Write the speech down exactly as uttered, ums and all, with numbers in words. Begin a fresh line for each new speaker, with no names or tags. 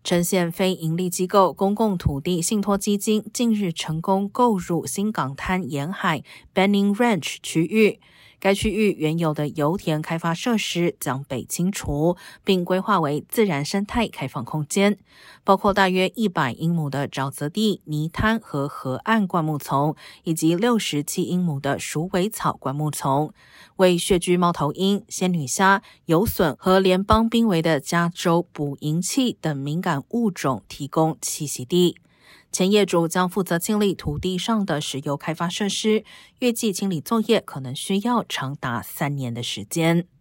呈现非营利机构公共土地信托基金近日成功购入新港滩沿海 Banning Ranch 区域，该区域原有的油田开发设施将被清除，并规划为自然生态开放空间，包括大约一百英亩的沼泽地、泥滩和河岸灌木丛，以及六十七英亩的鼠尾草灌木丛，为穴居猫头鹰、仙女虾、游隼和联邦濒危的加州捕蝇器等敏感物种提供栖息地。前业主将负责清理土地上的石油开发设施，预计清理作业可能需要长达三年的时间。